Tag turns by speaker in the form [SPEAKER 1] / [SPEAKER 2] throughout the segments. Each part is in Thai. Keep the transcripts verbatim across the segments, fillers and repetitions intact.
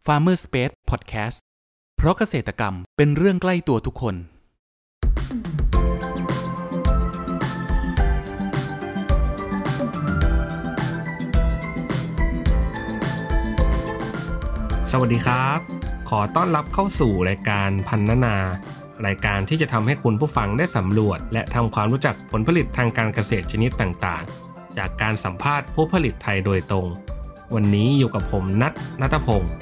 [SPEAKER 1] Farmer Space Podcast เพราะเกษตรกรรมเป็นเรื่องใกล้ตัวทุกคน
[SPEAKER 2] สวัสดีครับขอต้อนรับเข้าสู่รายการพันนานารายการที่จะทำให้คุณผู้ฟังได้สำรวจและทำความรู้จักผลผลิตทางการเกษตรชนิดต่างๆจากการสัมภาษณ์ผู้ผลิตไทยโดยตรงวันนี้อยู่กับผมนัท ณัฐพงศ์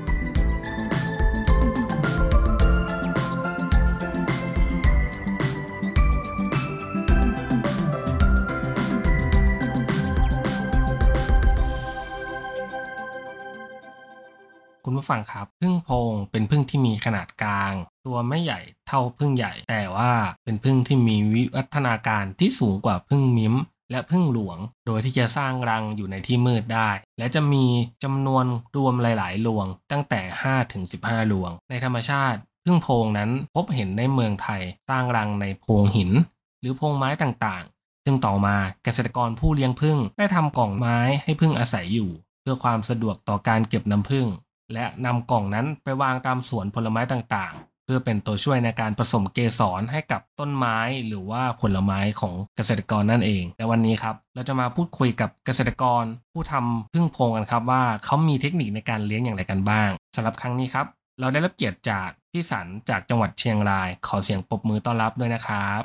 [SPEAKER 2] คุณผู้ฟังครับผึ้งโพงเป็นผึ้งที่มีขนาดกลางตัวไม่ใหญ่เท่าผึ้งใหญ่แต่ว่าเป็นผึ้งที่มีวิวัฒนาการที่สูงกว่าผึ้งมิ้มและผึ้งหลวงโดยที่จะสร้างรังอยู่ในที่มืดได้และจะมีจำนวนรวมหลายๆรวงตั้งแต่ ห้าถึงสิบห้ารวงในธรรมชาติผึ้งโพงนั้นพบเห็นในเมืองไทยสร้างรังในโพรงหินหรือโพรงไม้ต่างๆซึ่งต่อมาเกษตรกรผู้เลี้ยงผึ้งได้ทำกล่องไม้ให้ผึ้งอาศัยอยู่เพื่อความสะดวกต่อการเก็บน้ำผึ้งและนำกล่องนั้นไปวางตามสวนผลไม้ต่างๆเพื่อเป็นตัวช่วยในการผสมเกสรให้กับต้นไม้หรือว่าผลไม้ของเกษตรกรนั่นเองและวันนี้ครับเราจะมาพูดคุยกับเกษตรกรผู้ทำผึ้งโพงกันครับว่าเขามีเทคนิคในการเลี้ยงอย่างไรกันบ้างสำหรับครั้งนี้ครับเราได้รับเกียรติจากพี่สันจากจังหวัดเชียงรายขอเสียงปรบมือต้อนรับด้วยนะครับ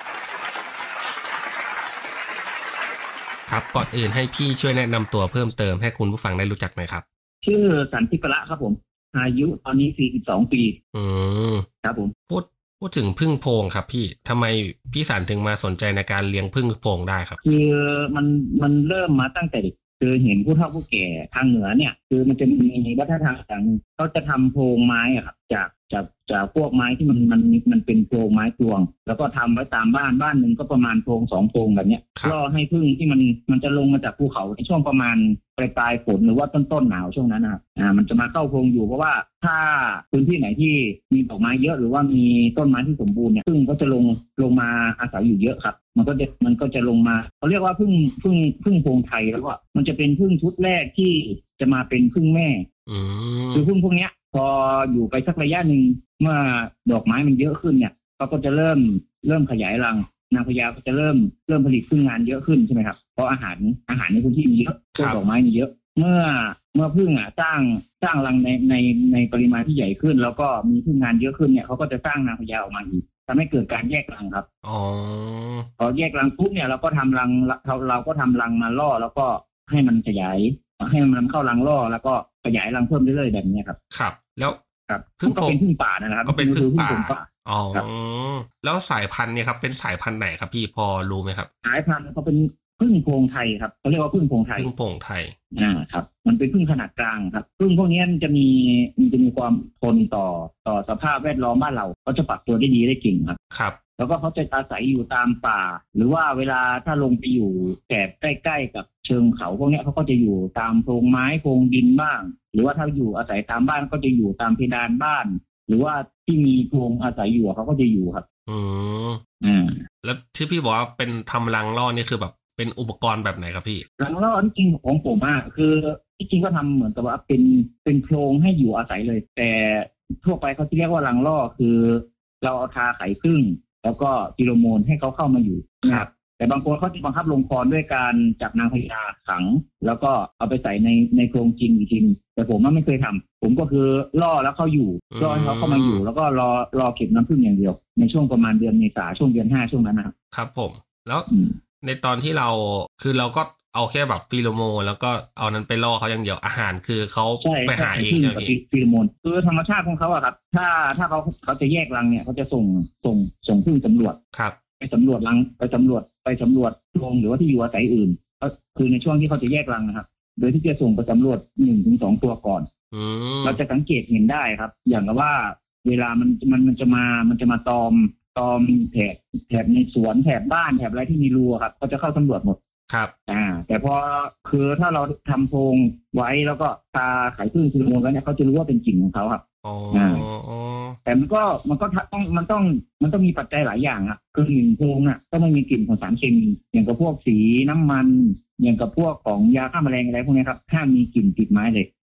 [SPEAKER 2] ครับก่อนอื่นให้พี่ช่วยแนะนำตัวเพิ่มเติมให้คุณผู้ฟังได้รู้จักหน่อยครับ
[SPEAKER 3] ชื่อสันติปละครับผมอายุตอนนี้สี่สิบสองปี
[SPEAKER 2] อืม
[SPEAKER 3] ครับผม
[SPEAKER 2] พูดพูดถึงผึ้งโพงครับพี่ทำไมพี่สันถึงมาสนใจในการเลี้ยงผึ้งโพงได้ครับ
[SPEAKER 3] คือมันมันเริ่มมาตั้งแต่เด็กคือเห็นผู้เฒ่าผู้แก่ทางเหนือเนี่ยคือมันจะมีวัฒนธรรมต่างเขาจะทำโพรงไม้อะครับจากจากจากพวกไม้ที่มันมันมันเป็นโพรงไม้ตวงแล้วก็ทำไว้ตามบ้านบ้านหนึ่งก็ประมาณโพรงสองโพรงแบบเนี้ยก็ให้ผึ้งที่มันมันจะลงมาจากภูเขาในช่วงประมาณปลายปลายฝนหรือว่าต้นต้นหนาวช่วงนั้นนะครับอ่ามันจะมาเข้าโพรงอยู่เพราะว่าถ้าพื้นที่ไหนที่มีดอกไม้เยอะหรือว่ามีต้นไม้ที่สมบูรณ์เนี่ยผึ้งก็จะลงลงมาอาศัยอยู่เยอะครับมันก็จะมันก็จะลงมาเขาเรียกว่าผึ้งผึ้งผึ้งโพรงไทยแล้วก็มันจะเป็นผึ้งชุดแรกที่จะมาเป็นผึ้งแม่คือผึ้งพวกเนี้ยพออยู่ไปสักระยะหนึ่งเมื่อดอกไม้มันเยอะขึ้นเนี่ยเขาก็จะเริ่มเริ่มขยายรังนางพญาก็จะเริ่มเริ่มผลิตผึ้งงานเยอะขึ้นใช่ไหมครับเพราะอาหารอาหารในพื้นที่มีเยอะต้นดอกไม้มีเยอะเมื่อเมื่อผึ้งอ่ะสร้างสร้างรังในในในปริมาณที่ใหญ่ขึ้นแล้วก็มีผึ้งงานเยอะขึ้นเนี่ยเขาก็จะสร้างนางพญาออกมาอีกทำให้เกิดการแยกรังครับ
[SPEAKER 2] อ๋อ
[SPEAKER 3] พอแยกรังปุ๊บเนี่ยเราก็ทำรังเราเราก็ทำรังมาล่อแล้วก็ให้มันขยายให้มันเข้ารังล่อแล้วก็ขยายรังเพิ่มเรื่อยๆแบบนี้ครับ
[SPEAKER 2] ครับแล้ว
[SPEAKER 3] ครับผึ้งก็เป็นผึ้งป่านะครับ
[SPEAKER 2] ก็เป็นผึ้งป่าอ๋อแล้วสายพันธุ์เนี่ยครับเป็นสายพันธุ์ไหนครับพี่พอรู้ไหมครับ
[SPEAKER 3] สายพันธุ์เขาเป็นผึ้งโพงไทยครับเขาเรียกว่าผึ้งโพงไทย
[SPEAKER 2] ผึ้งโพงไทย
[SPEAKER 3] อ่าครับมันเป็นผึ้งขนาดกลางครับผึ้งพวกนี้มันจะมีมันจะมีความทนต่อต่อสภาพแวดล้อมบ้านเราเขาจะปรับตัวได้ดีได้เก่งครับ
[SPEAKER 2] ครับ
[SPEAKER 3] แล้วก็เขาจะอาศัยอยู่ตามป่าหรือว่าเวลาถ้าลงไปอยู่แถบใกล้ๆกับเชิงเขาพวกนี้เขาก็จะอยู่ตามโพรงไม้โพรงดินบ้างหรือว่าถ้าอยู่อาศัยตามบ้านก็จะอยู่ตามเพดานบ้านหรือว่าที่มีโพรงอาศัยอยู่เขาก็จะอยู่ครับ
[SPEAKER 2] อืม
[SPEAKER 3] อ่า
[SPEAKER 2] แล้วที่พี่บอกว่าเป็นทำรังล่อนี่คือแบบเป็นอุปกรณ์แบบไหนครับพี่
[SPEAKER 3] รังล่อจริงของผมอ่ะคือที่จริงก็ทำเหมือนกับว่าเป็นเป็นโพรงให้อยู่อาศัยเลยแต่ทั่วไปเขาจะเรียกว่ารังล่อคือเราเอาทาไข่ผึ้งแล้วก็ฟีโรโมนให้เขาเข้ามาอยู่
[SPEAKER 2] ครับ
[SPEAKER 3] แต่บางคนเขาจะบังคับลงคอด้วยการจับนางพญาขังแล้วก็เอาไปใส่ในในโพรงจริงอีกทีแต่ผมว่าไม่เคยทำผมก็คือล่อแล้วเขาอยู่ล่อให้เขาเข้ามาอยู่แล้วก็รอรอเก็บน้ำผึ้งอย่างเดียวในช่วงประมาณเดือนเมษาช่วงเดือนห้าช่วงนั้นนะครับ
[SPEAKER 2] ครับผมแล้วในตอนที่เราคือเราก็เอาแค่แบบฟีโรโมนแล้วก็เอานั้นไปล่อเขาอย่างเดียวอาหารคือเขาไปหาเองใช่ไหมพี่
[SPEAKER 3] ฟีโรโมนคือธรรมชาติของเขาอะครับถ้าถ้าเขาเขาจะแยกรังเนี่ยเขาจะส่งส่งส่งผึ้งสำรวจ
[SPEAKER 2] ครับ
[SPEAKER 3] ไปสำรวจรังไปสำรวจไปสำรวจโพรงหรือว่าที่อยู่อาศัยอื่นก็คือในช่วงที่เขาจะแยกรังนะครับโดยที่จะส่งไปสำรวจหนึ่งถึงสองตัวก่อนเราจะสังเกตเห็นได้ครับอย่างกับว่าเวลามันมันมันจะมามันจะมาตอมตอมแถบแถบในสวนแถบบ้านแถบอะไรที่มีรูครับก็จะเข้าสำรวจหมด
[SPEAKER 2] ครับ
[SPEAKER 3] อ่าแต่พอคือถ้าเราทำโพรงไว้แล้วก็ทาไข่ผึ้งฟีโรโมนแล้วเนี่ยเขาจะรู้ว่าเป็นกลิ่นของเขาครับ
[SPEAKER 2] อ๋อ
[SPEAKER 3] แต่มันก็มันก็ต้องมันต้องมันต้องมีปัจจัยหลายอย่างครับคือหนึ่งโพรงอ่ะต้องไม่มีกลิ่นของสารเคมีอย่างกับพวกสีน้ำมันอย่างกับพวกของยาฆ่าแมลงอะไรพวกนี้ครับห้ามมีกลิ่นติดไม้เลย
[SPEAKER 2] ครับ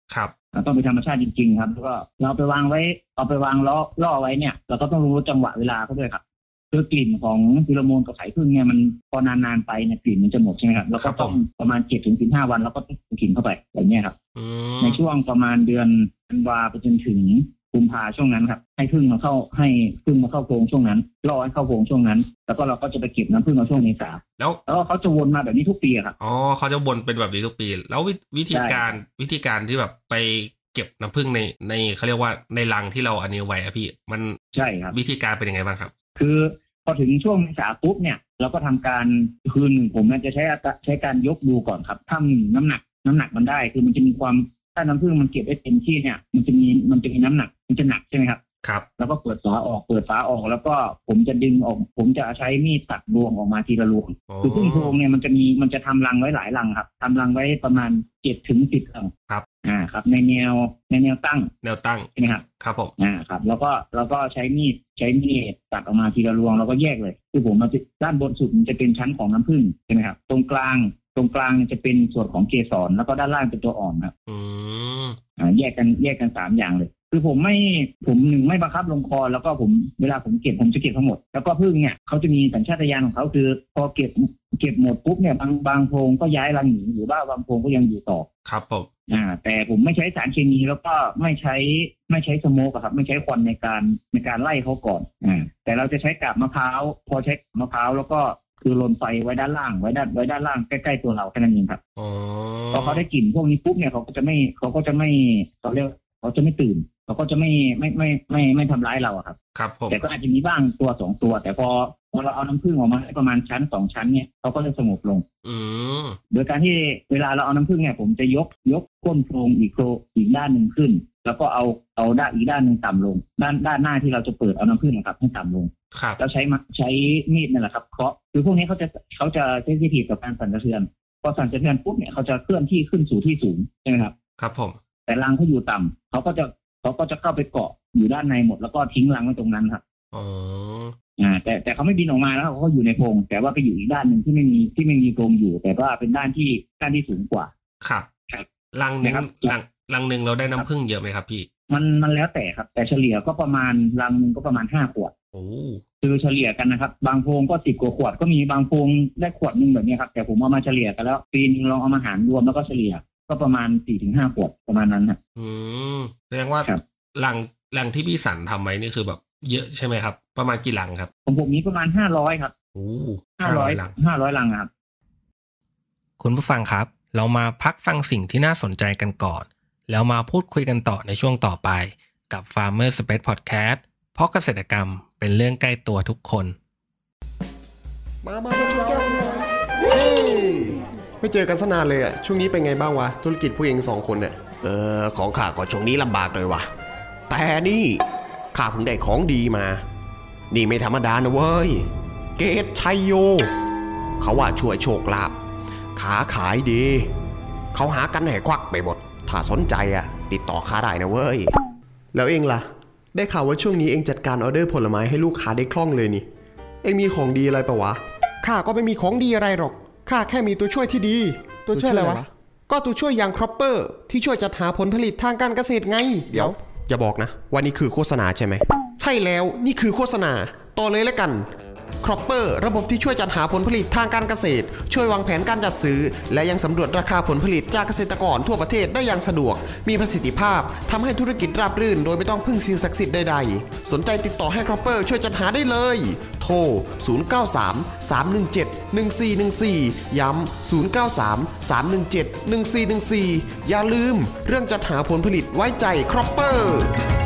[SPEAKER 3] ต้องเป็นธรรมชาติจริงๆครับแล้วก็เราไปวางไว้เอาไปวางล้อล่อไว้เนี่ยเราก็ต้องรู้จังหวะเวลาเขาด้วยครับคือกลิ่นของฟีโรโมนกับไข่ผึ้งเนี่ยมันพอนานๆไปเนี่ยกลิ่นมันจะหมดใช่ไหมครับแล้วก็ต้องประมาณเจ็ดถึงสิบห้าวันแล้วก็ต้องกลิ่นเข้าไปแบบนี้ครับในช่วงประมาณเดือนธันวาไปจนถึงกุมภาช่วงนั้นครับให้ผึ้งมาเข้าให้ผึ้งมาเข้าโพรงช่วงนั้นล่อให้เข้าโพรงช่วงนั้นแล้วก็เราก็จะไปเก็บน้ำผึ้งมาช่วงเมษา
[SPEAKER 2] แล้ว
[SPEAKER 3] แล้วเขาจะวนมาแบบนี้ทุกปีครับ
[SPEAKER 2] อ๋อเขาจะวนเป็นแบบนี้ทุกปีแล้ววิธีการวิธีการที่แบบไปเก็บน้ำผึ้งในในเขาเรียกว่าในรังที่เราอันนี้ไว้อะพี่มัน
[SPEAKER 3] ใช่ครับ
[SPEAKER 2] วิธีการเป็นยังไงบ้างครับ
[SPEAKER 3] คือพอถึงช่วงเมษาปุ๊บเนี่ยเราก็ทำการคืนผมจะใช้ใช้การยกดูก่อนครับถ้าน้ำหนักน้ำหนักมันได้คือมันจะมีความถ้าน้ำผึ้งมันเก็บได้เต็มที่เนี่ยมันจะมีมันจะมีน้ำหนักมันจะหนักใช่ไหมครับ
[SPEAKER 2] ครับ
[SPEAKER 3] แล้วก็เปิดฝาออกเปิดฝาออกแล้วก็ผมจะดึงออกผมจะใช้มีดตัดรวงออกมาทีละรวงคือผึ้งโพรงเนี่ยมันจะมีมันจะทำรังไว้หลายรังครับทำรังไว้ประมาณเจ็ดถึงสิบรัง
[SPEAKER 2] ครับ
[SPEAKER 3] อ่าครับในแนวในแนวตั้ง
[SPEAKER 2] แนวตั้ง
[SPEAKER 3] ใช่ไหมครับ
[SPEAKER 2] ครับผม
[SPEAKER 3] อ่าครับแล้วก็แล้วก็ใช้มีดใช้มีดตัดออกมาทีละรวงแล้วก็แยกเลยคือผมมาด้านบนสุดมันจะเป็นชั้นของน้ำผึ้งใช่ไหมครับตรงกลางตรงกลางจะเป็นส่วนของเกสรแล้วก็ด้านล่างเป็นตัวอ่อนครับ
[SPEAKER 2] อืม
[SPEAKER 3] อ่าแยกกันแยกกันสามอย่างเลยคือผมไม่ผมหนึ่งไม่บังคับลงคอแล้วก็ผมเวลาผมเก็บผมจะเก็บทั้งหมดแล้วก็ผึ้งเนี่ยเขาจะมีสัญชาตญาณของเขาคือพอเก็บเก็บหมดปุ๊บเนี่ยบางบางโพรงก็ย้ายรังหนีหรือว่าบางโพรงก็ยังอยู่ต่อ
[SPEAKER 2] ครับผม
[SPEAKER 3] อ่าแต่ผมไม่ใช้สารเคมีแล้วก็ไม่ใช้ไม่ใช้สโมกครับไม่ใช้ควันในการในการไล่เขาก่อนอ่าแต่เราจะใช้กาบมะพร้าวพอใช้มะพร้าวแล้วก็คือลนไฟไว้ด้านล่างไว้ด้านไว้ด้านล่างใกล้ๆตัวเราแค่นั้นเองครับ
[SPEAKER 2] อ๋อ
[SPEAKER 3] พอเขาได้กลิ่นพวกนี้ปุ๊บเนี่ยเขาก็จะไม่เขาก็จะไม่เขาเรียกเขาจะไม่ตื่นเขาก็จะไม่ไม่ไม่ไม่ไม่ทำร้ายเราครับ
[SPEAKER 2] ครับผม
[SPEAKER 3] แต่ก็อาจจะมีบ้างตัวสองตัวแต่พอพอเราเอาน้ำผึ้งออกมาให้ประมาณชั้นสองชั้นเนี่ยเขาก็จะสงบลง
[SPEAKER 2] อืม
[SPEAKER 3] โดยการที่เวลาเราเอาน้ำผึ้งเนี่ยผมจะยกยกก้นโพรงอีกโพรงอีกด้านหนึ่งขึ้นแล้วก็เอาเอาด้านอีกด้านหนึ่งต่ำลงด้านด้านหน้าที่เราจะเปิดเอาน้ำผึ้งครับให้ต่ำลง
[SPEAKER 2] ครับ
[SPEAKER 3] แล้วใช้ใช้มีดนี่แหละครับเคาะคือพวกนี้เขาจะเขาจะเซนซิทีฟกับการสั่นสะเทือนพอสั่นสะเทือนปุ๊บเนี่ยเขาจะเคลื่อนที่ขึ้นสู่ที่สูงใช่ไหมครับ
[SPEAKER 2] ครับผม
[SPEAKER 3] แต่รังเขาอยู่ต่ำเขาก็จะเขาก็จะเข้าไปเกาะอยู่ด้านในหมดแล้วก็ทิ้งรังไว้ตรงนั้นครับ
[SPEAKER 2] อ๋อ
[SPEAKER 3] อ่าแต่แต่เขาไม่บินออกมาแล้วเขาก็อยู่ในโพรงแต่ว่าไปอยู่อีกด้านหนึ่งที่ไม่มีที่ไม่มีโพรงอยู่แต่ว่าเป็นด้านที่ด้านที่สูงกว่า
[SPEAKER 2] ครับ
[SPEAKER 3] ครับ
[SPEAKER 2] รังนึงรังรังนึงเราได้น้ำผึ้งเยอะไหมครับพี่
[SPEAKER 3] มันมันแล้วแต่ครับแต่เฉลี่ยก็ประมาณรังนึงก็ประมาณห้าขวด
[SPEAKER 2] โอ้
[SPEAKER 3] คือเฉลี่ยกันนะครับบางโพรงก็สิบกว่าขวดก็มีบางโพรงได้ขวดนึงแบบนี้ครับแต่ผมเอามาเฉลี่ยกันแล้วปีนึงลองเอามาหารรวมแล้วก็เฉลี่ยก็ประมาณสี่ถึงห้าขวดประมาณนั้นครับ
[SPEAKER 2] อืมแสดงว่ารังรังที่พี่สันทำไว้นี่คือแบบเยอะใช่ไหมครับประมาณกี่รังครับ
[SPEAKER 3] ผมผมนี้ประมาณห้าร้อยครับ
[SPEAKER 2] โอ้
[SPEAKER 3] ห้าร้อยรังห้าร้อยรังครับ
[SPEAKER 2] คุณผู้ฟังครับเรามาพักฟังสิ่งที่น่าสนใจกันก่อนแล้วมาพูดคุยกันต่อในช่วงต่อไปกับ Farmer Space Podcast เพราะเกษตรกรรมเป็นเรื่องใกล้ตัวทุกคน
[SPEAKER 4] มามามาชวนแก้วกันหน่อยเฮ้ยไม่เจอกันซะนานเลยอ่ะช่วงนี้เป็นไงบ้างวะธุรกิจผู้เองสองคนเนี่ย
[SPEAKER 5] เออของข้าก็ช่วงนี้ลำบากเลยว่ะแต่นี่ข้าเพิ่งได้ของดีมานี่ไม่ธรรมดานะเว้ยเกตชัยโยเขาว่าช่วยโชคลาภขาขายดีเขาหากันให้ควักไปหมดถ้าสนใจอ่ะติดต่อข้าได้นะเว้ย
[SPEAKER 4] แล้วเองล่ะได้ข่าวว่าช่วงนี้เองจัดการออเดอร์ผลไม้ให้ลูกค้าได้คล่องเลยนี่เองมีของดีอะไรปะวะ
[SPEAKER 6] ข้าก็ไม่มีของดีอะไรหรอกข้าแค่มีตัวช่วยที่ดีตัวช่วยอะไรวะก็ตัวช่วยอย่างครอปเปอร์ที่ช่วยจัดหาผลผลิตทางการเกษตรไง
[SPEAKER 4] เดี๋ยวอย่าบอกนะว่านี่คือโฆษณาใช่ไหม
[SPEAKER 6] ใช่แล้วนี่คือโฆษณาต่อเลยแล้วกันครอปเปอร์ระบบที่ช่วยจัดหาผลผลิตทางการเกษตรช่วยวางแผนการจัดซื้อและยังสำรวจราคาผลผลิตจากเกษตรกรทั่วประเทศได้อย่างสะดวกมีประสิทธิภาพทำให้ธุรกิจราบรื่นโดยไม่ต้องพึ่งสิ่งศักดิ์สิทธิ์ใดๆสนใจติดต่อให้ครอปเปอร์ช่วยจัดหาได้เลยโทรศูนย์ เก้า สาม สาม หนึ่ง เจ็ด หนึ่ง สี่ หนึ่ง สี่ย้ำศูนย์ เก้า สาม สาม หนึ่ง เจ็ด หนึ่ง สี่ หนึ่ง สี่อย่าลืมเรื่องจัดหาผลผลิตไว้ใจครอปเปอร์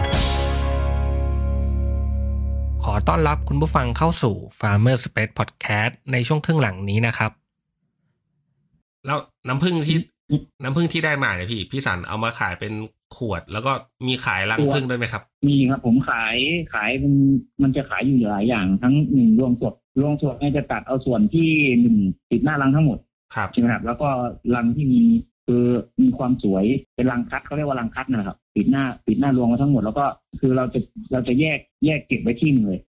[SPEAKER 2] ขอต้อนรับคุณผู้ฟังเข้าสู่ Farmer Space Podcast ในช่วงครึ่งหลังนี้นะครับแล้วน้ำผึ้งที่น้ำผึ้งที่ได้มาเนี่ยพี่พี่สันเอามาขายเป็นขวดแล้วก็มีขายรังผึ้งด้วยไหมครับ
[SPEAKER 3] มีครับผมขายขายมันมันจะขายอยู่หลายอย่างทั้งหนึ่งรวงสดรวงสดเนี่ยจะตัดเอาส่วนที่หนึ่งติดหน้ารังทั้งหมด
[SPEAKER 2] ครับ
[SPEAKER 3] ใช่ไหมครับแล้วก็รังที่มีคือมีความสวยเป็นรังคัดเขาเรียกว่ารังคัดนะครับปิดหน้าปิดหน้ารวงมาทั้งหมดแล้วก็คือเราจะเราจะแยกแยกเก็บไว้ที่นึงเลย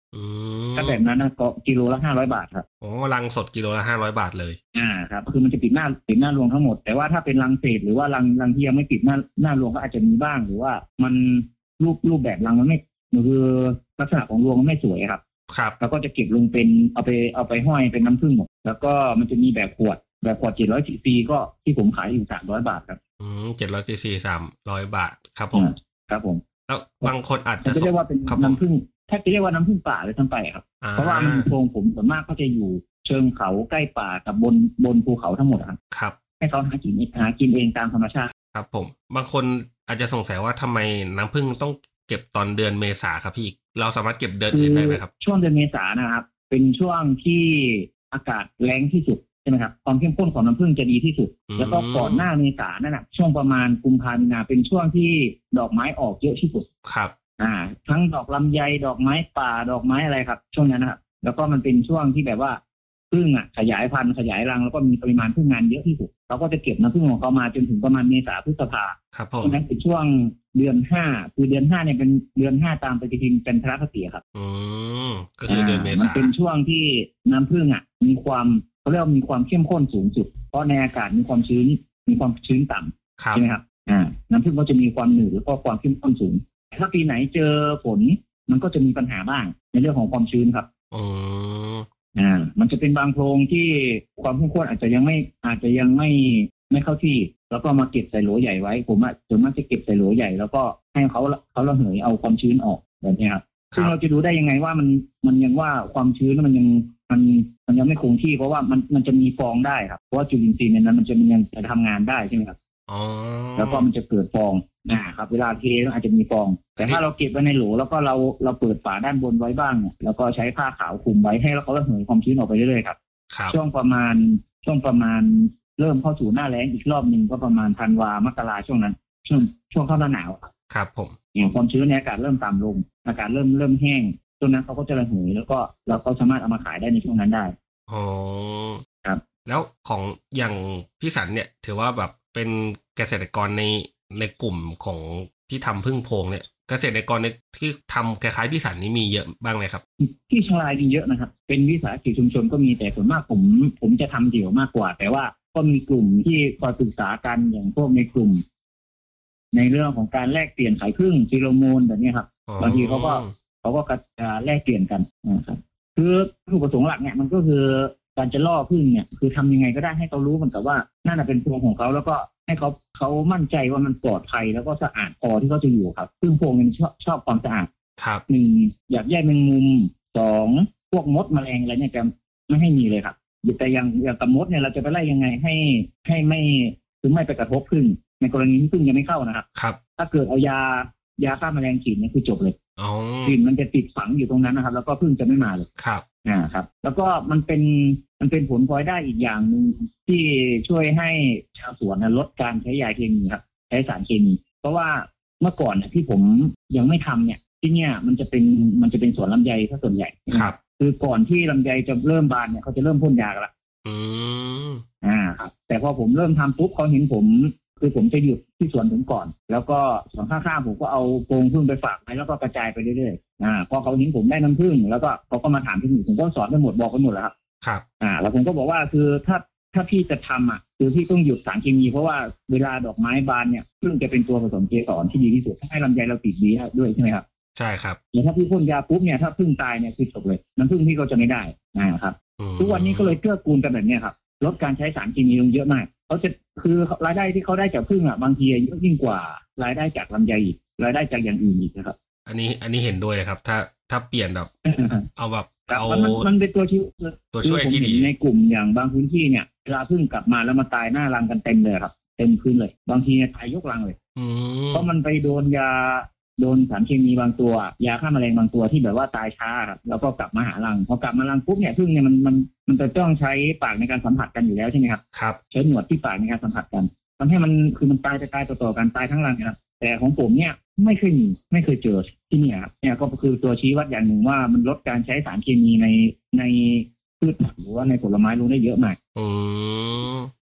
[SPEAKER 3] ถ้าแบบนั้นนะก็กิโลละห้าร้อยบาทครับ
[SPEAKER 2] โอ้รังสดกิโลละห้าร้อยบาทเลย
[SPEAKER 3] อ่าครับคือมันจะปิดหน้าปิดหน้ารวงทั้งหมดแต่ว่าถ้าเป็นรังเศษหรือว่ารังรังที่ยังไม่ปิดหน้าหน้ารวงก็อาจจะมีบ้างหรือว่ามันรูปรูปแบบรังมันไม่คือลักษณะของรวงมันไม่สวยครับ
[SPEAKER 2] ครับ
[SPEAKER 3] แล้วก็จะเก็บลงเป็นเอาไปเอาไปห้อยเป็นน้ำผึ้งหมดแล้วก็มันจะมีแบบขวดแบบขวดเจ็ดร้อยซีซีก็ที่ผมขายอยู่สามร้อยบาทครับ
[SPEAKER 2] อืมเจ็ดร้อยซีซีสามร้อยบาทครับผม
[SPEAKER 3] ครับผม
[SPEAKER 2] แล้วบางคนอาจจะ
[SPEAKER 3] เรียกว่าเป็นน้ำผึ้งถ้าจะเรียกว่าน้ำผึ้งป่าเลยทั้งไปครับเพราะว่ามันโพรงผมส่วนมากก็จะอยู่เชิงเขาใกล้ป่ากับบนบนภูเขาทั้งหมดครับ
[SPEAKER 2] ครับ
[SPEAKER 3] ให้เขาหากินหากินเองตามธรรมชาติ
[SPEAKER 2] ครับผมบางคนอาจจะสงสัยว่าทำไมน้ำผึ้งต้องเก็บตอนเดือนเมษาครับพี่เราสามารถเก็บเดือนอื่นได้ไหมครับ
[SPEAKER 3] ช่วงเดือนเมษานะครับเป็นช่วงที่อากาศแรงที่สุดใช่ไหมครับความเข้มข้นของน้ำผึ้งจะดีที่สุดแล้วก็ก่อนหน้าเมษานั่นแหละช่วงประมาณกุมภาพันธ์เป็นช่วงที่ดอกไม้ออกเยอะที่สุด
[SPEAKER 2] ครับ
[SPEAKER 3] อ่าทั้งดอกลำไยดอกไม้ป่าดอกไม้อะไรครับช่วงนั้นนะครับแล้วก็มันเป็นช่วงที่แบบว่าผึ้งอ่ะขยายพันธุ์ขยายรังแล้วก็มีปริมาณผึ้งงานเยอะที่สุดเราก็จะเก็บน้ำผึ้งของเขามาจนถึงประมาณเมษาพฤษภา
[SPEAKER 2] ครับ
[SPEAKER 3] เพราะนั้นเป็นช่วงเดือนห้าคือเดือนห้าเนี่ยเป็นเดือนห้าตามปฏิทินจันทรคติครับ
[SPEAKER 2] อืมก็คือเดือนเมษา
[SPEAKER 3] มันเป็นช่วงที่น้ำผึ้งอ่ะมีความเขาเรียกว่ามีความเข้มข้นสูงสุดเพราะในอากาศมีความชื้นมีความชื้นต่ำใช่ไหมครับอ่าน้ำผึ้งก็จะมีความหนืดแล้วก็ความเข้มข้นสูงถ้าปีไหนเจอฝนมันก็จะมีปัญหาบ้างในเรื่องของความชื้นครับ
[SPEAKER 2] อ๋อ
[SPEAKER 3] อ่ามันจะเป็นบางโพรงที่ความเข้มข้นอาจจะยังไม่อาจจะยังไม่ไม่เข้าที่แล้วก็มาเก็บใส่โหลใหญ่ไว้ผมอ่ะส่วนมากจะเก็บใส่โหลใหญ่แล้วก็ให้เขาเขาระเหยเอาความชื้นออกแบบนี้ครับซึ่งเราจะดูได้ยังไงว่ามันมันยังว่าความชื้นมันยังมันมันยังไม่คงที่เพราะว่ามันมันจะมีฟองได้ครับเพราะว่าจุลินทรีย์ในนั้นมันจะมันยังจะทำงานได้ใช่ไหมครับ
[SPEAKER 2] อ๋อ
[SPEAKER 3] แล้วก็มันจะเกิดฟองนะครับเวลาเทอาจจะมีฟองแต่ถ้าเราเก็บไว้ในโหลแล้วก็เราเราเปิดฝาด้านบนไว้บ้างเนี่ยแล้วก็ใช้ผ้าขาวคลุมไว้ให้เขาระเหยความชื้นออกไปเรื่อยๆครับช่วงประมาณช่วงประมาณเริ่มเข้าสู่หน้าแล้งอีกรอบหนึ่งก็ประมาณธันวามกราช่วงนั้นช่วงช่วงเข้าหน้าหนาว
[SPEAKER 2] ครับผม
[SPEAKER 3] อย่างความชื้นในอากาศเริ่มต่ำลงอากาศเริ่มเริ่มแห้งช่วงนั้นเขาก็จะระเหยแล้วก็เราก็สามารถเอามาขายได้ในช่วงนั้นได้
[SPEAKER 2] อ๋อ
[SPEAKER 3] ครับ
[SPEAKER 2] แล้วของอย่างพี่สันเนี่ยถือว่าแบบเป็นเกษตรกรในในกลุ่มของที่ทำผึ้งโพรงเนี่ยเกษตรกรในที่ทำคล้ายๆพี่สันนี่มีเยอะบ้างไหมครับ
[SPEAKER 3] ที่เชียงรายมีเยอะนะครับเป็นวิสาหกิจชุมชนก็มีแต่ส่วนมากผมผมจะทำเดี่ยวมากกว่าแต่ว่าก็มีกลุ่มที่คอยปรึกษากันอย่างพวกในกลุ่มในเรื่องของการแลกเปลี่ยนขายผึ้งฟีโรโมนแบบนี้ครับบางทีเขาก็เขาก็แลกเปลี่ยนกันนะครับคือวัตถุประสงค์หลักเนี่ยมันก็คือการจะล่อผึ้งเนี่ยคือทำยังไงก็ได้ให้เขารู้เหมือนกับว่านั่นเป็นโพรงของเขาแล้วก็ให้เขาเขามั่นใจว่ามันปลอดภัยแล้วก็สะอาดพอที่เขาจะอยู่ครับผึ้งโพรงมันชอบชอบความสะอาด
[SPEAKER 2] ครับ
[SPEAKER 3] หนึ่งอยากแยกแมงมุมสองพวกมดแมลงอะไรเนี่ยจะไม่ให้มีเลยครับแต่อย่างอย่างกับมดเนี่ยเราจะไปไล่ยังไงให้ให้ไม่คือไม่ไปกระทบผึ้งในกรณีที่ผึ้งยังไม่เข้านะครับ
[SPEAKER 2] ครับ
[SPEAKER 3] ถ้าเกิดเอายายาฆ่าแมลงฉีดเนี่ยคือจบเลย
[SPEAKER 2] อ๋อก
[SPEAKER 3] ลิ่นมันจะติดฝังอยู่ตรงนั้นนะครับแล้วก็ผึ้งจะไม่มาเลย
[SPEAKER 2] ครับ
[SPEAKER 3] อ่าครับแล้วก็มันเป็นมันเป็นผลพลอยได้อีกอย่างนึงที่ช่วยให้ชาวสวนลดการใช้ยาเคมีครับใช้สารเคมีเพราะว่าเมื่อก่อนที่ผมยังไม่ทำเนี่ยที่เนี่ยมันจะเป็นมันจะเป็นสวนลำไยถ้าส่วนใหญ่
[SPEAKER 2] ครับ
[SPEAKER 3] คือก่อนที่ลำไยจะเริ่มบานเนี่ยเขาจะเริ่มพ่นยากันละ
[SPEAKER 2] อืม
[SPEAKER 3] อ่าครับแต่พอผมเริ่มทำปุ๊บเขาเห็นผมคือผมจะหยุดที่สวนผมก่อนแล้วก็สวนข้างๆผมก็เอาโพรงผึ้งไปฝากไว้แล้วก็กระจายไปเรื่อยๆอ่าพอเขาเห็นผมได้น้ำผึ้งแล้วก็เขาก็มาถามที่หนูผมก็สอนไปหมดบอกไปหมดแล้วครับ
[SPEAKER 2] ครับ
[SPEAKER 3] อ่าแล้วผมก็บอกว่าคือถ้าถ้าพี่จะทำอ่ะคือพี่ต้องหยุดสารเคมีเพราะว่าเวลาดอกไม้บานเนี่ยผึ้งจะเป็นตัวผสมเกสรที่ดีที่สุดให้ลำไยเราติดดีด้วยใช่ไหมครับ
[SPEAKER 2] ใช่ครับ
[SPEAKER 3] อย่างถ้าพี่พ่นยาปุ๊บเนี่ยถ้าผึ้งตายเนี่ยคือจบเลยน้ำผึ้งพี่ก็จะไม่ได้อ่าครับทุกวันนี้ก็เลยเกื้อกูลกันแบบนี้ครับลดการใช้สารเคมีลงเยอะมากเขาจะคือรายได้ที่เขาได้จากผึ้งอ่ะบางทีเยอะยิ่งกว่ารายได้จากลำไยอีกรายได้จากอย่างอื่นอีกนะครับ
[SPEAKER 2] อันนี้อันนี้เห็นด้วยครับถ้าถ้าเปลี่ยนแบบเอาแบบเอา
[SPEAKER 3] มันมันเป็นตัวช่วย
[SPEAKER 2] ตัวช่วยที่ดี
[SPEAKER 3] ในกลุ่มอย่างบางพื้นที่เนี่ยเวลาผึ้งกลับมาแล้วมาตายหน้ารังกันเต็มเลยครับเต็มพื้นเลยบางทีตายยกรังเลยเพราะมันไปโดนยาโดนสารเคมีบางตัวยาฆ่าแมลงบางตัวที่แบบว่าตายช้าครับแล้วก็กลับมาหารังพอกลับมารังปุ๊บเนี่ยผึ้งเนี่ยมันมันมันจะต้องใช้ปากในการสัมผัสกันอยู่แล้วใช่ไหมครับ
[SPEAKER 2] ครับ
[SPEAKER 3] ใช้หนวดที่ปากในการสัมผัสกันทำให้มันคือมันตายจะตายต่อๆกันตายทั้งรังนะครับแต่ของผมเนี่ยไม่เคยมีไม่เคยเจอที่นี่ครับเนี่ยก็คือตัวชี้วัดอย่างหนึ่งว่ามันลดการใช้สารเคมีในในพืชผักหรือว่าในผลไม้ลงได้เยอะมาก
[SPEAKER 2] อืม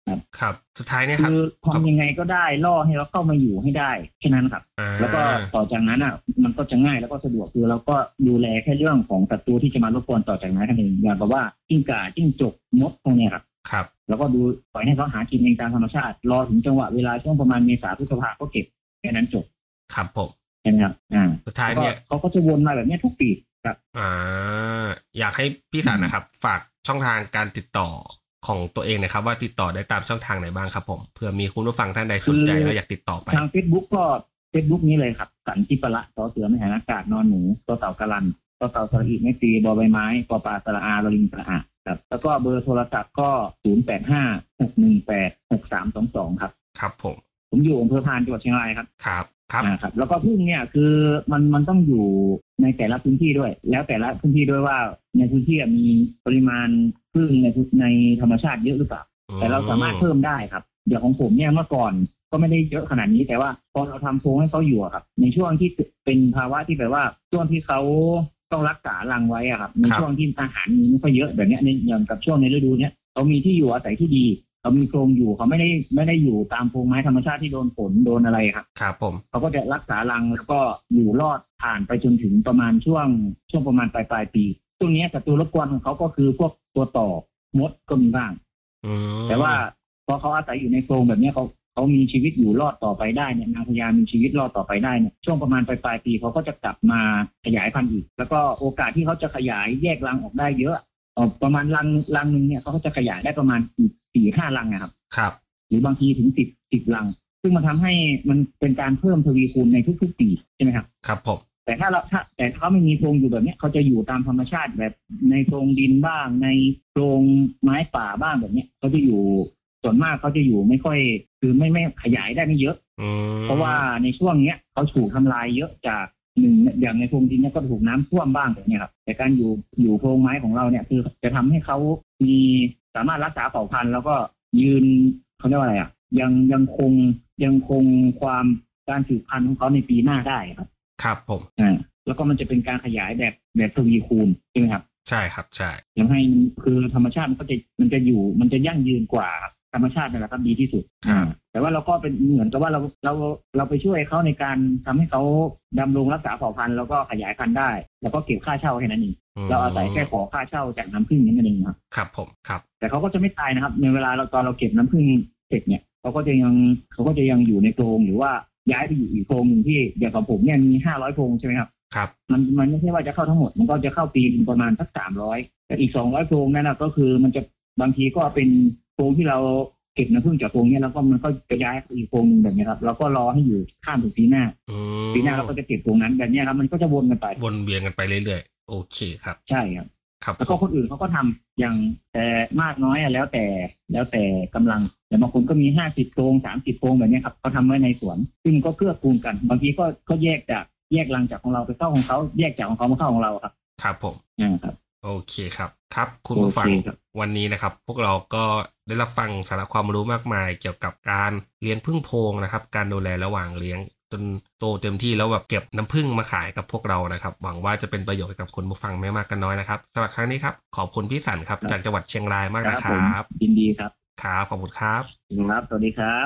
[SPEAKER 3] ครับ
[SPEAKER 2] ครับสุดท้ายเนี่ยครับ
[SPEAKER 3] คือทำยังไงก็ได้ล่อให้เราเข้ามาอยู่ให้ได้แค่นั้นครับแล้วก็ต่อจากนั้นอ่ะมันก็จะง่ายแล้วก็สะดวกคือเราก็ดูแลแค่เรื่องของศัตรูที่จะมารบกวนต่อจากนั้นแค่นั้นอย่างแบบว่าจิ้งก่าจิ้งจกมดพวกนี้ครับ
[SPEAKER 2] ครับ
[SPEAKER 3] แล้วก็ดูปล่อยให้เขาหากินเองตามธรรมชาติรอถึงจังหวะเวลาช่วงประมาณเมษาพฤษภาก็เก็บแค่นั้นจบ
[SPEAKER 2] ครับผม
[SPEAKER 3] ใช่ไหมครับอ่า
[SPEAKER 2] สุดท้ายเนี่ย
[SPEAKER 3] เขาก็จะวนมาแบบนี้ทุกปีครับ
[SPEAKER 2] อ่าอยากให้พี่สันนะครับฝากช่องทางการติดต่อของตัวเองนะครับว่าติดต่อได้ตามช่องทางไหนบ้างครับผมเผื่อมีคุณผู้ฟังท่านใดสนใจแล้วอยากติดต่อไป
[SPEAKER 3] ทาง Facebook ก็ Facebook นี้เลยครับสันติปละต่อเสือไม่หาอากาศนอนหนูต่อเต่ากะลันต่อเต่าสระอีไม่ตีบอใบไม้ปอปลาสระอาลอลิงสระอาครับแล้วก็เบอร์โทรศัพท์ก็ศูนย์ แปด ห้า หก หนึ่ง แปด หก สาม สอง สองครับ
[SPEAKER 2] ครับผม
[SPEAKER 3] ผมอยู่อำเภอพานจังหวัดเชียงรายครับ
[SPEAKER 2] ครับครับ
[SPEAKER 3] ครับแล้วก็พึ่งเนี่ยคือมันมันต้องอยู่ในแต่ละพื้นที่ด้วยแล้วแต่ละพื้นที่ด้วยว่าในพื้นที่มีปริมาณพึ่งในในธรรมชาติเยอะหรือเปล่าแต่เราสามารถเพิ่มได้ครับเดี๋ยวของผมเนี่ยเมื่อก่อนก็ไม่ได้เยอะขนาดนี้แต่ว่าพอเราทำโพรงให้เขาอยู่ครับในช่วงที่เป็นภาวะที่แบบว่าช่วงที่เขาต้องรักษารังไว้อะครับในช่วงที่อาหารมีไม่ค่อยเยอะแบบนี้ในอย่างกับช่วงในฤดูเนี้ยเขามีที่อยู่อาศัยที่ดีเขามีโครงอยู่เขาไม่ได้ไม่ได้อยู่ตามโพรงไม้ธรรมชาติที่โดนฝนโดนอะไรครับ
[SPEAKER 2] ครับผม
[SPEAKER 3] เขาก็จะรักษารังแล้วก็อยู่รอดผ่านไปจนถึงประมาณช่วงช่วงประมาณปลายปลายปีช่วงนี้ศัตรูรบกวนของเขาก็คือพวกตัวต่อมดก็มีบ้างแต่ว่าพอเขาอาศัยอยู่ในโพรงแบบนี้เขาเขามีชีวิตอยู่รอดต่อไปได้เนี่ยนางพญามีชีวิตรอดต่อไปได้เนี่ยช่วงประมาณปลายปลายปีเขาก็จะกลับมาขยายพันธุ์อีกแล้วก็โอกาสที่เขาจะขยายแยกรังออกได้เยอะประมาณรังรังนึงเนี่ยเขาก็จะขยายได้ประมาณสี่ห้ารังนะครับ
[SPEAKER 2] ครับ
[SPEAKER 3] หรือบางทีถึงสิบสิบรังซึ่งมันทำให้มันเป็นการเพิ่มทวีคูณในทุกๆปีใช่ไหมครับ
[SPEAKER 2] ครับผม
[SPEAKER 3] แต่ถ้าเราถ้าแต่เขาไม่มีโพรงอยู่แบบนี้เขาจะอยู่ตามธรรมชาติแบบในโพรงดินบ้างในโพรงไม้ป่าบ้างแบบนี้เขาจะอยู่ส่วนมากเขาจะอยู่ไม่ค่อยคือไม่ไม่ขยายได้ไม่เยอะเพราะว่าในช่วงเนี้ยเขาถูกทำลายเยอะจากหนึ่งอย่างในโพรงดินเนี่ยก็ถูกน้ำท่วมบ้างแบบนี้ครับแต่การอยู่อยู่โพรงไม้ของเราเนี่ยคือจะทำให้เขามีสามารถรักษาเผ่าพันธุ์แล้วก็ยืนเขาเรียกว่าอะไรอ่ะยังยังคงยังคงความการสืบพันธุ์ของเขาในปีหน้าได้ครับ
[SPEAKER 2] ครับผม
[SPEAKER 3] อ่าแล้วก็มันจะเป็นการขยายแบบแบบทวีคูณใช่ไหมครับ
[SPEAKER 2] ใช่ครับใช่
[SPEAKER 3] ทำให้คือธรรมชาติมันก็จะมันจะอยู่มันจะยั่งยืนกว่าธรรมชาตินั่นแหละครับดีที่สุดอ่าแต่ว่าเราก็เป็นเหมือนกับว่าเราเราเราไปช่วยเขาในการทำให้เขาดำรงรักษาเผ่าพันธุ์แล้วก็ขยายพันธุ์ได้แล้วก็เก็บค่าเช่าแค่นั้นเองเราอาศัยแค่ขอค่าเช่าจากน้ำผึ้งนั่นเองครับ
[SPEAKER 2] ครับผมครับ
[SPEAKER 3] แต่เขาก็จะไม่ตายนะครับในเวลาเราตอนเราเก็บน้ำผึ้งเสร็จเนี่ยเขาก็จะยังเขาก็จะยังอยู่ในโพรงหรือว่าย้ายไปอยู่อีกโพรงหนึ่งที่เดี๋ยวกับผมเนี่ยมีห้าร้อยโพรงใช่ไหมครับ
[SPEAKER 2] ครับ
[SPEAKER 3] มันมันไม่ใช่ว่าจะเข้าทั้งหมดมันก็จะเข้าปีประมาณสักสามร้อยแต่อีกสองร้อยโพรงนั่นนะก็คือมันจะบางทีก็เป็นโพรงที่เราเก็บน้ำผึ้งจากโพรงนี้แล้วก็มันก็จะย้ายไปอีกโพรงนึงแบบนี้ครับแล้วก็รอให้อยู่ข้ามถึงปีหน้าปีหน้าเราก็จะเก็บโพรงนั้นแบบนี้ครับมันก็จะวนกันไป
[SPEAKER 2] วนเวียนกันไปเรื่อยๆโอเคครับ
[SPEAKER 3] ใช่ครับ
[SPEAKER 2] ครับ
[SPEAKER 3] แล้วก็คนอื่นเขาก็ทำอย่างแต่มากน้อยแล้วแต่แล้วแต่กำลังแต่บางคนก็มีห้าสิบโพรงสามสิบโพรงแบบนี้ครับเขาทำไว้ในสวนซึ่งก็เกื้อกูลกันบางทีก็ก็แยกจากแยกรังจากของเราไปเข้าของเขาแยกจากของเขามาเข้าของเราครับ
[SPEAKER 2] ครับผม
[SPEAKER 3] อ่าครับ
[SPEAKER 2] โอเคครับครับคุณผู้ฟังวันนี้นะครับพวกเราก็ได้รับฟังสาระความรู้มากมายเกี่ยวกับการเลี้ยงผึ้งโพรงนะครับการดูแลระหว่างเลี้ยงจนโตเต็มที่แล้วแบบเก็บน้ำผึ้งมาขายกับพวกเรานะครับหวังว่าจะเป็นประโยชน์กับคุณผู้ฟังไม่มากก็น้อยนะครับสำหรับครั้งนี้ครับขอบคุณพี่สันครับจากจังหวัดเชียงรายมากนะครับ
[SPEAKER 3] ยินดีครับ
[SPEAKER 2] ครับขอบคุณครับ
[SPEAKER 3] ครับสวัสดีครับ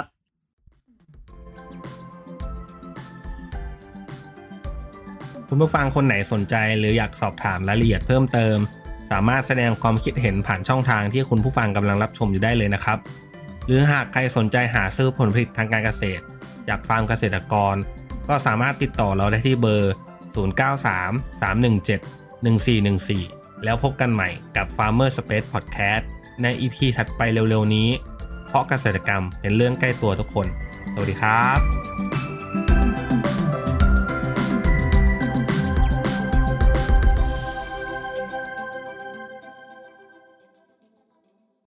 [SPEAKER 2] คุณผู้ฟังคนไหนสนใจหรืออยากสอบถามรายละเอียดเพิ่มเติมสามารถแสดงความคิดเห็นผ่านช่องทางที่คุณผู้ฟังกำลังรับชมอยู่ได้เลยนะครับหรือหากใครสนใจหาซื้อผลผลิตทางการเกษตรจากฟาร์มเกษตรกรก็สามารถติดต่อเราได้ที่เบอร์ศูนย์ เก้า สาม สาม หนึ่ง เจ็ด หนึ่ง สี่ หนึ่ง สี่แล้วพบกันใหม่กับ Farmer Space Podcast ใน อี พี ถัดไปเร็วๆนี้เพราะเกษตรกรรมเป็นเรื่องใกล้ตัวทุกคนสวัสดีครับ